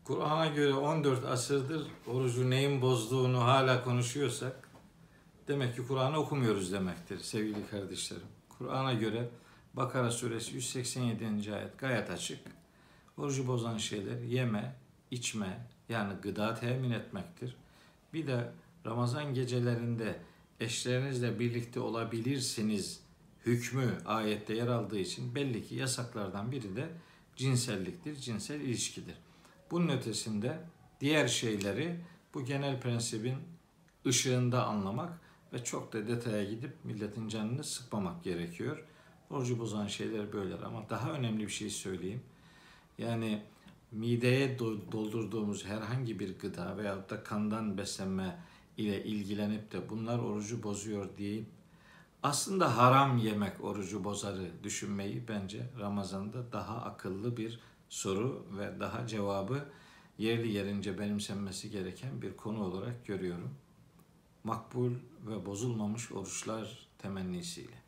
Kur'an'a göre 14 asırdır orucu neyin bozduğunu hala konuşuyorsak demek ki Kur'an'ı okumuyoruz demektir sevgili kardeşlerim. Kur'an'a göre Bakara suresi 187. ayet gayet açık. Orucu bozan şeyler yeme, içme yani gıda temin etmektir. Bir de Ramazan gecelerinde eşlerinizle birlikte olabilirsiniz hükmü ayette yer aldığı için belli ki yasaklardan biri de cinselliktir, cinsel ilişkidir. Bunun ötesinde diğer şeyleri bu genel prensibin ışığında anlamak ve çok da detaya gidip milletin canını sıkmamak gerekiyor. Orucu bozan şeyler böyle ama daha önemli bir şey söyleyeyim. Yani mideye doldurduğumuz herhangi bir gıda veyahut da kandan beslenme ile ilgilenip de bunlar orucu bozuyor deyip aslında haram yemek orucu bozarı düşünmeyi bence Ramazan'da daha akıllı bir soru ve daha cevabı yerli yerince benimsenmesi gereken bir konu olarak görüyorum. Makbul ve bozulmamış oruçlar temennisiyle.